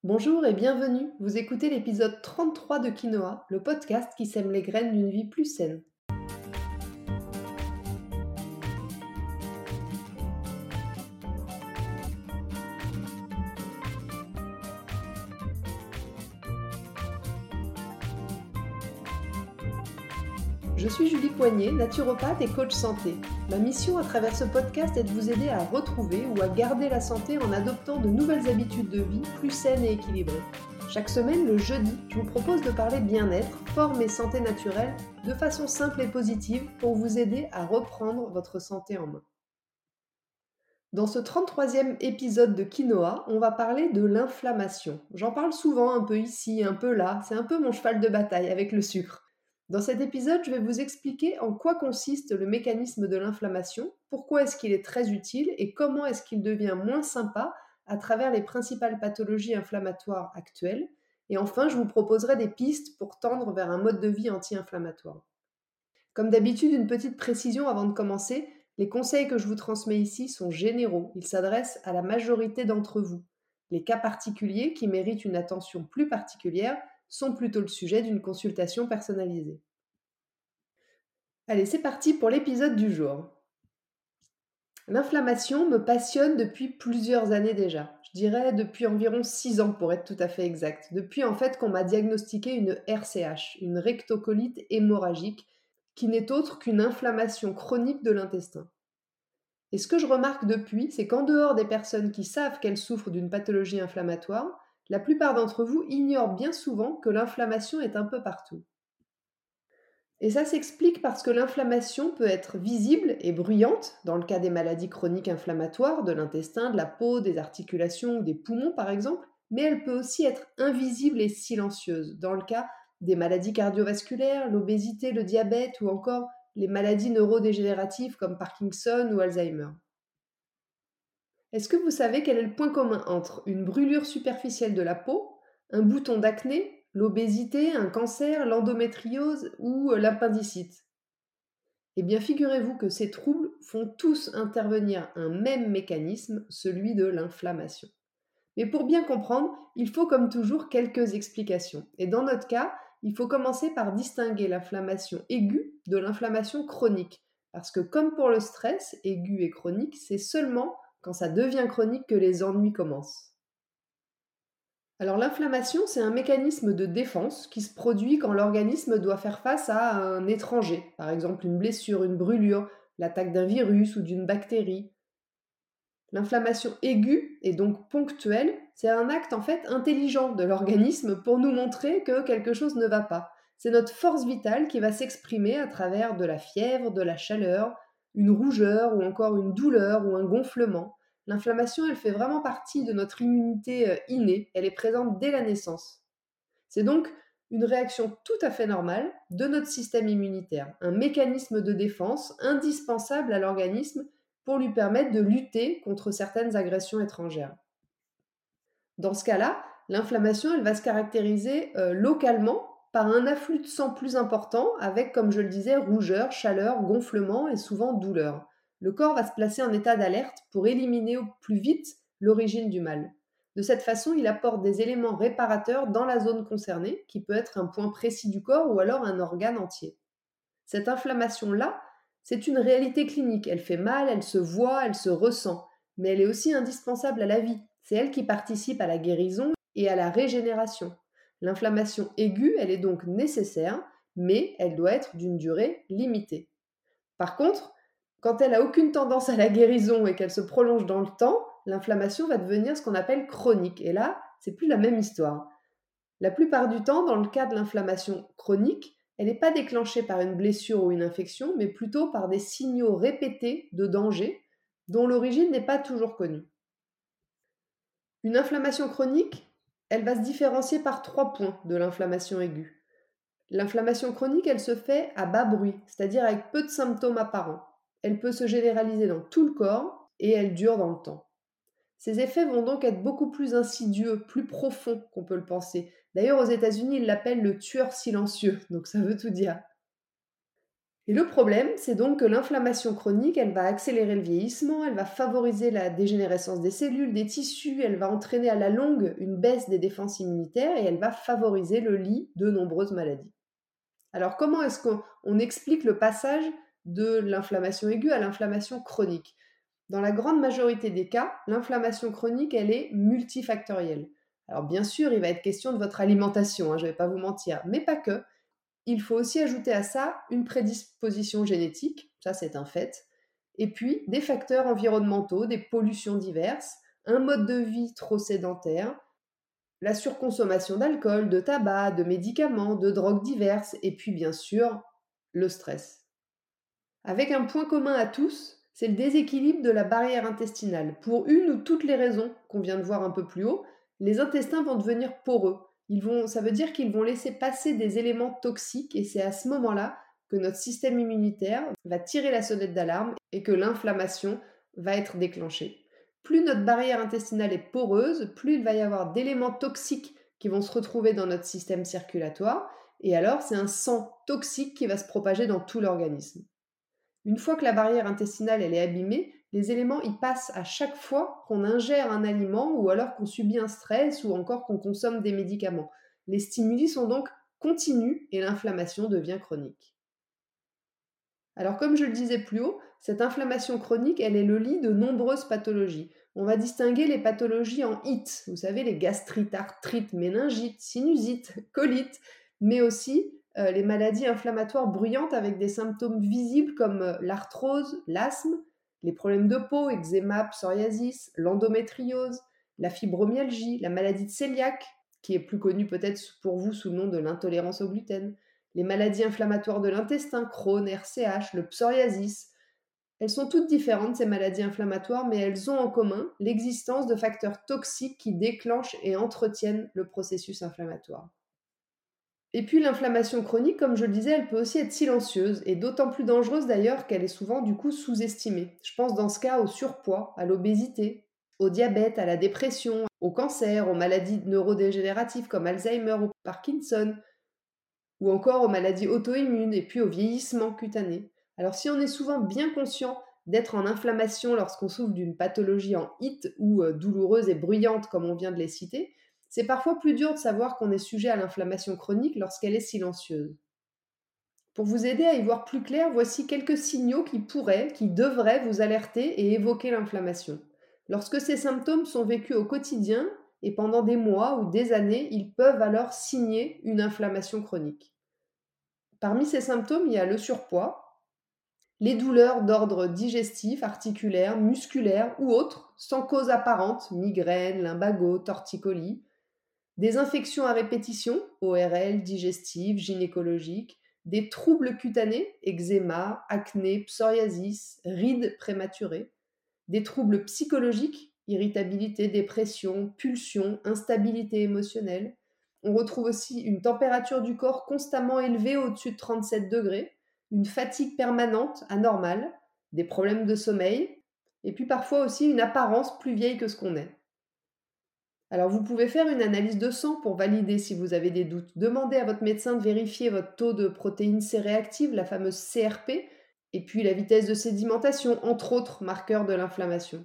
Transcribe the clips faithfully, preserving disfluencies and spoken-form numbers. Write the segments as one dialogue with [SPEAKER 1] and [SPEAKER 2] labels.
[SPEAKER 1] Bonjour et bienvenue, vous écoutez l'épisode trente-trois de Quinoa, le podcast qui sème les graines d'une vie plus saine. Je suis Julie Poignet, naturopathe et coach santé. Ma mission à travers ce podcast est de vous aider à retrouver ou à garder la santé en adoptant de nouvelles habitudes de vie plus saines et équilibrées. Chaque semaine, le jeudi, je vous propose de parler bien-être, forme et santé naturelle de façon simple et positive pour vous aider à reprendre votre santé en main. Dans ce trente-troisième épisode de Quinoa, on va parler de l'inflammation. J'en parle souvent un peu ici, un peu là, c'est un peu mon cheval de bataille avec le sucre. Dans cet épisode, je vais vous expliquer en quoi consiste le mécanisme de l'inflammation, pourquoi est-ce qu'il est très utile et comment est-ce qu'il devient moins sympa à travers les principales pathologies inflammatoires actuelles. Et enfin, je vous proposerai des pistes pour tendre vers un mode de vie anti-inflammatoire. Comme d'habitude, une petite précision avant de commencer, les conseils que je vous transmets ici sont généraux, ils s'adressent à la majorité d'entre vous. Les cas particuliers qui méritent une attention plus particulière sont plutôt le sujet d'une consultation personnalisée. Allez, c'est parti pour l'épisode du jour. L'inflammation me passionne depuis plusieurs années déjà. Je dirais depuis environ six ans pour être tout à fait exact. Depuis en fait qu'on m'a diagnostiqué une R C H, une rectocolite hémorragique, qui n'est autre qu'une inflammation chronique de l'intestin. Et ce que je remarque depuis, c'est qu'en dehors des personnes qui savent qu'elles souffrent d'une pathologie inflammatoire, la plupart d'entre vous ignorent bien souvent que l'inflammation est un peu partout. Et ça s'explique parce que l'inflammation peut être visible et bruyante, dans le cas des maladies chroniques inflammatoires, de l'intestin, de la peau, des articulations ou des poumons par exemple, mais elle peut aussi être invisible et silencieuse, dans le cas des maladies cardiovasculaires, l'obésité, le diabète ou encore les maladies neurodégénératives comme Parkinson ou Alzheimer. Est-ce que vous savez quel est le point commun entre une brûlure superficielle de la peau, un bouton d'acné, l'obésité, un cancer, l'endométriose ou l'appendicite? Eh bien, figurez-vous que ces troubles font tous intervenir un même mécanisme, celui de l'inflammation. Mais pour bien comprendre, il faut comme toujours quelques explications. Et dans notre cas, il faut commencer par distinguer l'inflammation aiguë de l'inflammation chronique. Parce que comme pour le stress, aigu et chronique, c'est seulement quand ça devient chronique que les ennuis commencent. Alors l'inflammation, c'est un mécanisme de défense qui se produit quand l'organisme doit faire face à un étranger, par exemple une blessure, une brûlure, l'attaque d'un virus ou d'une bactérie. L'inflammation aiguë et donc ponctuelle, c'est un acte en fait intelligent de l'organisme pour nous montrer que quelque chose ne va pas. C'est notre force vitale qui va s'exprimer à travers de la fièvre, de la chaleur, une rougeur ou encore une douleur ou un gonflement. L'inflammation, elle fait vraiment partie de notre immunité euh, innée, elle est présente dès la naissance. C'est donc une réaction tout à fait normale de notre système immunitaire, un mécanisme de défense indispensable à l'organisme pour lui permettre de lutter contre certaines agressions étrangères. Dans ce cas-là, l'inflammation, elle va se caractériser euh, localement par un afflux de sang plus important avec, comme je le disais, rougeur, chaleur, gonflement et souvent douleur. Le corps va se placer en état d'alerte pour éliminer au plus vite l'origine du mal. De cette façon, il apporte des éléments réparateurs dans la zone concernée, qui peut être un point précis du corps ou alors un organe entier. Cette inflammation-là, c'est une réalité clinique. Elle fait mal, elle se voit, elle se ressent, mais elle est aussi indispensable à la vie. C'est elle qui participe à la guérison et à la régénération. L'inflammation aiguë, elle est donc nécessaire, mais elle doit être d'une durée limitée. Par contre, quand elle n'a aucune tendance à la guérison et qu'elle se prolonge dans le temps, l'inflammation va devenir ce qu'on appelle chronique. Et là, c'est plus la même histoire. La plupart du temps, dans le cas de l'inflammation chronique, elle n'est pas déclenchée par une blessure ou une infection, mais plutôt par des signaux répétés de danger dont l'origine n'est pas toujours connue. Une inflammation chronique, elle va se différencier par trois points de l'inflammation aiguë. L'inflammation chronique, elle se fait à bas bruit, c'est-à-dire avec peu de symptômes apparents. Elle peut se généraliser dans tout le corps et elle dure dans le temps. Ces effets vont donc être beaucoup plus insidieux, plus profonds qu'on peut le penser. D'ailleurs, aux États-Unis, ils l'appellent le tueur silencieux, donc ça veut tout dire. Et le problème, c'est donc que l'inflammation chronique, elle va accélérer le vieillissement, elle va favoriser la dégénérescence des cellules, des tissus, elle va entraîner à la longue une baisse des défenses immunitaires et elle va favoriser le lit de nombreuses maladies. Alors comment est-ce qu'on on explique le passage de l'inflammation aiguë à l'inflammation chronique? Dans la grande majorité des cas, l'inflammation chronique, elle est multifactorielle. Alors bien sûr, il va être question de votre alimentation, hein, je ne vais pas vous mentir, mais pas que. Il faut aussi ajouter à ça une prédisposition génétique, ça c'est un fait, et puis des facteurs environnementaux, des pollutions diverses, un mode de vie trop sédentaire, la surconsommation d'alcool, de tabac, de médicaments, de drogues diverses, et puis bien sûr le stress. Avec un point commun à tous, c'est le déséquilibre de la barrière intestinale. Pour une ou toutes les raisons qu'on vient de voir un peu plus haut, les intestins vont devenir poreux. Ils vont, ça veut dire qu'ils vont laisser passer des éléments toxiques et c'est à ce moment-là que notre système immunitaire va tirer la sonnette d'alarme et que l'inflammation va être déclenchée. Plus notre barrière intestinale est poreuse, plus il va y avoir d'éléments toxiques qui vont se retrouver dans notre système circulatoire et alors c'est un sang toxique qui va se propager dans tout l'organisme. Une fois que la barrière intestinale elle est abîmée, les éléments y passent à chaque fois qu'on ingère un aliment ou alors qu'on subit un stress ou encore qu'on consomme des médicaments. Les stimuli sont donc continus et l'inflammation devient chronique. Alors comme je le disais plus haut, cette inflammation chronique, elle est le lit de nombreuses pathologies. On va distinguer les pathologies en I T, vous savez, les gastrites, arthrites, méningites, sinusites, colites, mais aussi euh, les maladies inflammatoires bruyantes avec des symptômes visibles comme euh, l'arthrose, l'asthme, les problèmes de peau, eczéma, psoriasis, l'endométriose, la fibromyalgie, la maladie de cœliaque, qui est plus connue peut-être pour vous sous le nom de l'intolérance au gluten, les maladies inflammatoires de l'intestin, Crohn, R C H, le psoriasis. Elles sont toutes différentes, ces maladies inflammatoires, mais elles ont en commun l'existence de facteurs toxiques qui déclenchent et entretiennent le processus inflammatoire. Et puis l'inflammation chronique, comme je le disais, elle peut aussi être silencieuse, et d'autant plus dangereuse d'ailleurs qu'elle est souvent du coup sous-estimée. Je pense dans ce cas au surpoids, à l'obésité, au diabète, à la dépression, au cancer, aux maladies neurodégénératives comme Alzheimer ou Parkinson, ou encore aux maladies auto-immunes et puis au vieillissement cutané. Alors si on est souvent bien conscient d'être en inflammation lorsqu'on souffre d'une pathologie en I T ou euh, douloureuse et bruyante comme on vient de les citer, c'est parfois plus dur de savoir qu'on est sujet à l'inflammation chronique lorsqu'elle est silencieuse. Pour vous aider à y voir plus clair, voici quelques signaux qui pourraient, qui devraient vous alerter et évoquer l'inflammation. Lorsque ces symptômes sont vécus au quotidien et pendant des mois ou des années, ils peuvent alors signer une inflammation chronique. Parmi ces symptômes, il y a le surpoids, les douleurs d'ordre digestif, articulaire, musculaire ou autres, sans cause apparente, migraine, lumbago, torticolis, des infections à répétition, O R L, digestives, gynécologiques, des troubles cutanés, eczéma, acné, psoriasis, rides prématurées, des troubles psychologiques, irritabilité, dépression, pulsion, instabilité émotionnelle. On retrouve aussi une température du corps constamment élevée au-dessus de trente-sept degrés, une fatigue permanente, anormale, des problèmes de sommeil, et puis parfois aussi une apparence plus vieille que ce qu'on est. Alors vous pouvez faire une analyse de sang pour valider si vous avez des doutes. Demandez à votre médecin de vérifier votre taux de protéines C-réactives, la fameuse C R P, et puis la vitesse de sédimentation, entre autres marqueurs de l'inflammation.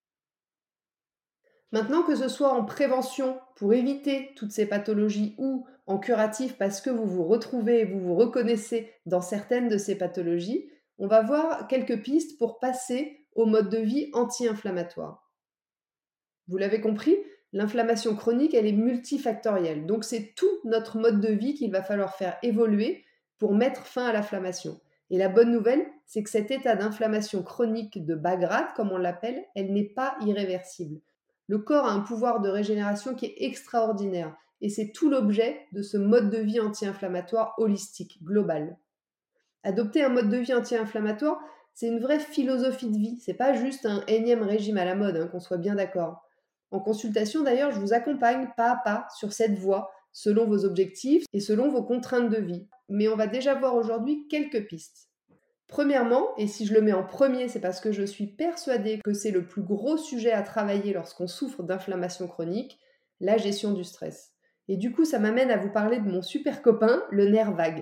[SPEAKER 1] Maintenant, que ce soit en prévention pour éviter toutes ces pathologies ou en curatif parce que vous vous retrouvez et vous vous reconnaissez dans certaines de ces pathologies, on va voir quelques pistes pour passer au mode de vie anti-inflammatoire. Vous l'avez compris, l'inflammation chronique, elle est multifactorielle. Donc c'est tout notre mode de vie qu'il va falloir faire évoluer pour mettre fin à l'inflammation. Et la bonne nouvelle, c'est que cet état d'inflammation chronique de bas grade, comme on l'appelle, elle n'est pas irréversible. Le corps a un pouvoir de régénération qui est extraordinaire. Et c'est tout l'objet de ce mode de vie anti-inflammatoire holistique, global. Adopter un mode de vie anti-inflammatoire, c'est une vraie philosophie de vie. C'est pas juste un énième régime à la mode, hein, qu'on soit bien d'accord. En consultation, d'ailleurs, je vous accompagne pas à pas sur cette voie, selon vos objectifs et selon vos contraintes de vie. Mais on va déjà voir aujourd'hui quelques pistes. Premièrement, et si je le mets en premier, c'est parce que je suis persuadée que c'est le plus gros sujet à travailler lorsqu'on souffre d'inflammation chronique, la gestion du stress. Et du coup, ça m'amène à vous parler de mon super copain, le nerf vague.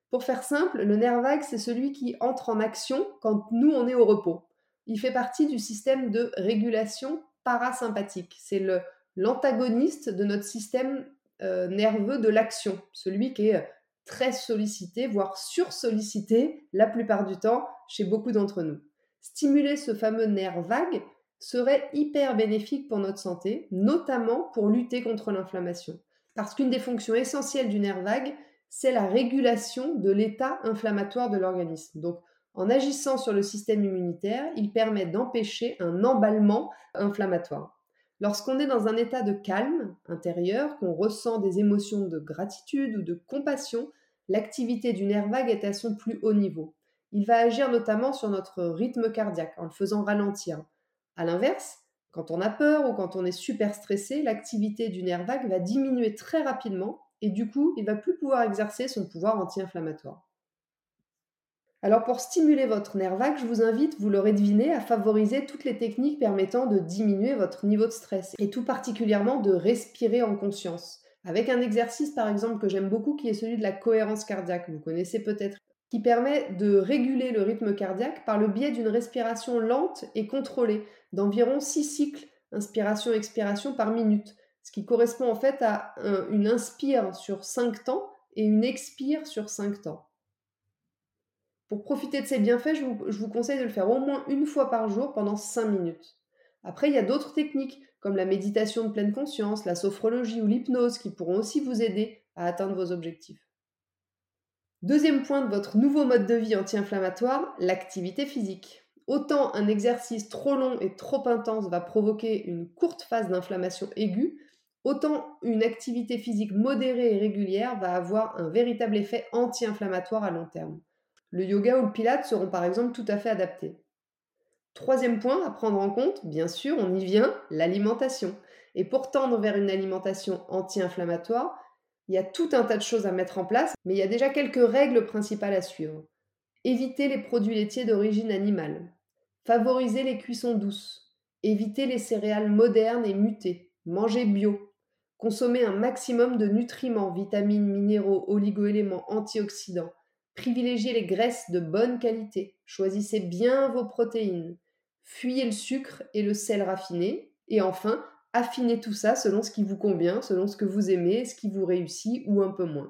[SPEAKER 1] Pour faire simple, le nerf vague, c'est celui qui entre en action quand nous, on est au repos. Il fait partie du système de régulation parasympathique. C'est le, l'antagoniste de notre système euh, nerveux de l'action, celui qui est très sollicité, voire sursollicité la plupart du temps chez beaucoup d'entre nous. Stimuler ce fameux nerf vague serait hyper bénéfique pour notre santé, notamment pour lutter contre l'inflammation. Parce qu'une des fonctions essentielles du nerf vague, c'est la régulation de l'état inflammatoire de l'organisme. Donc, en agissant sur le système immunitaire, il permet d'empêcher un emballement inflammatoire. Lorsqu'on est dans un état de calme intérieur, qu'on ressent des émotions de gratitude ou de compassion, l'activité du nerf vague est à son plus haut niveau. Il va agir notamment sur notre rythme cardiaque en le faisant ralentir. A l'inverse, quand on a peur ou quand on est super stressé, l'activité du nerf vague va diminuer très rapidement et du coup, il ne va plus pouvoir exercer son pouvoir anti-inflammatoire. Alors pour stimuler votre nerf vague, je vous invite, vous l'aurez deviné, à favoriser toutes les techniques permettant de diminuer votre niveau de stress et tout particulièrement de respirer en conscience. Avec un exercice par exemple que j'aime beaucoup qui est celui de la cohérence cardiaque, vous connaissez peut-être, qui permet de réguler le rythme cardiaque par le biais d'une respiration lente et contrôlée d'environ six cycles inspiration-expiration par minute, ce qui correspond en fait à un, une inspire sur cinq temps et une expire sur cinq temps. Pour profiter de ces bienfaits, je vous, je vous conseille de le faire au moins une fois par jour pendant cinq minutes. Après, il y a d'autres techniques comme la méditation de pleine conscience, la sophrologie ou l'hypnose qui pourront aussi vous aider à atteindre vos objectifs. Deuxième point de votre nouveau mode de vie anti-inflammatoire, l'activité physique. Autant un exercice trop long et trop intense va provoquer une courte phase d'inflammation aiguë, autant une activité physique modérée et régulière va avoir un véritable effet anti-inflammatoire à long terme. Le yoga ou le pilate seront par exemple tout à fait adaptés. Troisième point à prendre en compte, bien sûr, on y vient, l'alimentation. Et pour tendre vers une alimentation anti-inflammatoire, il y a tout un tas de choses à mettre en place, mais il y a déjà quelques règles principales à suivre. Éviter les produits laitiers d'origine animale. Favoriser les cuissons douces. Éviter les céréales modernes et mutées. Manger bio. Consommer un maximum de nutriments, vitamines, minéraux, oligo-éléments, antioxydants. Privilégier les graisses de bonne qualité. Choisissez bien vos protéines. Fuyez le sucre et le sel raffiné. Et enfin, affinez tout ça selon ce qui vous convient, selon ce que vous aimez, ce qui vous réussit ou un peu moins.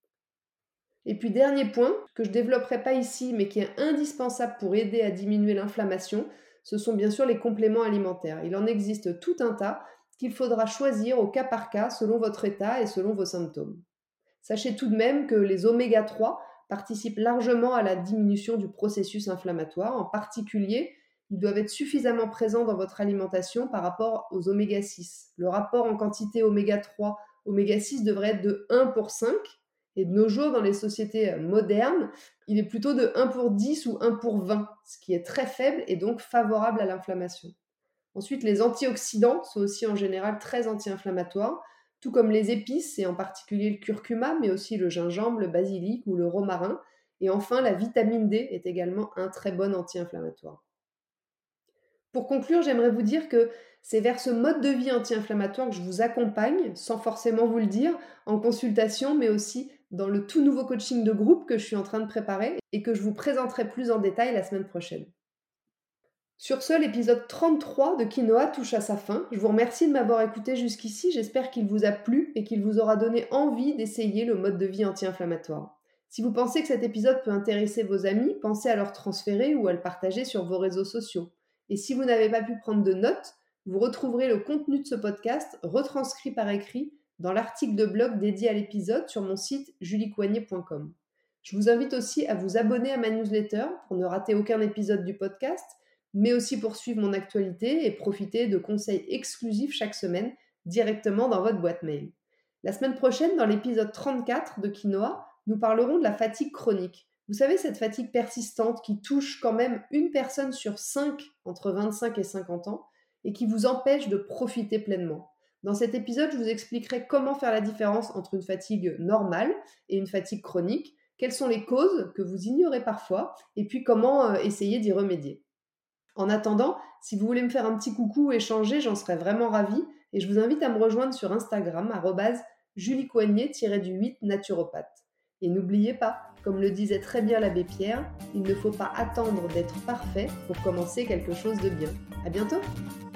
[SPEAKER 1] Et puis dernier point, que je ne développerai pas ici, mais qui est indispensable pour aider à diminuer l'inflammation, ce sont bien sûr les compléments alimentaires. Il en existe tout un tas qu'il faudra choisir au cas par cas selon votre état et selon vos symptômes. Sachez tout de même que les oméga trois participent largement à la diminution du processus inflammatoire. En particulier, ils doivent être suffisamment présents dans votre alimentation par rapport aux oméga six. Le rapport en quantité oméga trois oméga six devrait être de un pour cinq. Et de nos jours, dans les sociétés modernes, il est plutôt de un pour dix ou un pour vingt, ce qui est très faible et donc favorable à l'inflammation. Ensuite, les antioxydants sont aussi en général très anti-inflammatoires, tout comme les épices, et en particulier le curcuma, mais aussi le gingembre, le basilic ou le romarin. Et enfin, la vitamine D est également un très bon anti-inflammatoire. Pour conclure, j'aimerais vous dire que c'est vers ce mode de vie anti-inflammatoire que je vous accompagne, sans forcément vous le dire, en consultation, mais aussi dans le tout nouveau coaching de groupe que je suis en train de préparer et que je vous présenterai plus en détail la semaine prochaine. Sur ce, l'épisode trente-trois de Quinoa touche à sa fin. Je vous remercie de m'avoir écouté jusqu'ici. J'espère qu'il vous a plu et qu'il vous aura donné envie d'essayer le mode de vie anti-inflammatoire. Si vous pensez que cet épisode peut intéresser vos amis, pensez à leur transférer ou à le partager sur vos réseaux sociaux. Et si vous n'avez pas pu prendre de notes, vous retrouverez le contenu de ce podcast retranscrit par écrit dans l'article de blog dédié à l'épisode sur mon site julie coignet point com. Je vous invite aussi à vous abonner à ma newsletter pour ne rater aucun épisode du podcast, mais aussi pour suivre mon actualité et profiter de conseils exclusifs chaque semaine directement dans votre boîte mail. La semaine prochaine, dans l'épisode trente-quatre de Quinoa, nous parlerons de la fatigue chronique. Vous savez, cette fatigue persistante qui touche quand même une personne sur cinq entre vingt-cinq et cinquante ans et qui vous empêche de profiter pleinement. Dans cet épisode, je vous expliquerai comment faire la différence entre une fatigue normale et une fatigue chronique, quelles sont les causes que vous ignorez parfois, et puis comment essayer d'y remédier. En attendant, si vous voulez me faire un petit coucou ou échanger, j'en serais vraiment ravie, et je vous invite à me rejoindre sur Instagram, arobase julie coignet tiret du huit naturopathe. Et n'oubliez pas, comme le disait très bien l'abbé Pierre, il ne faut pas attendre d'être parfait pour commencer quelque chose de bien. À bientôt!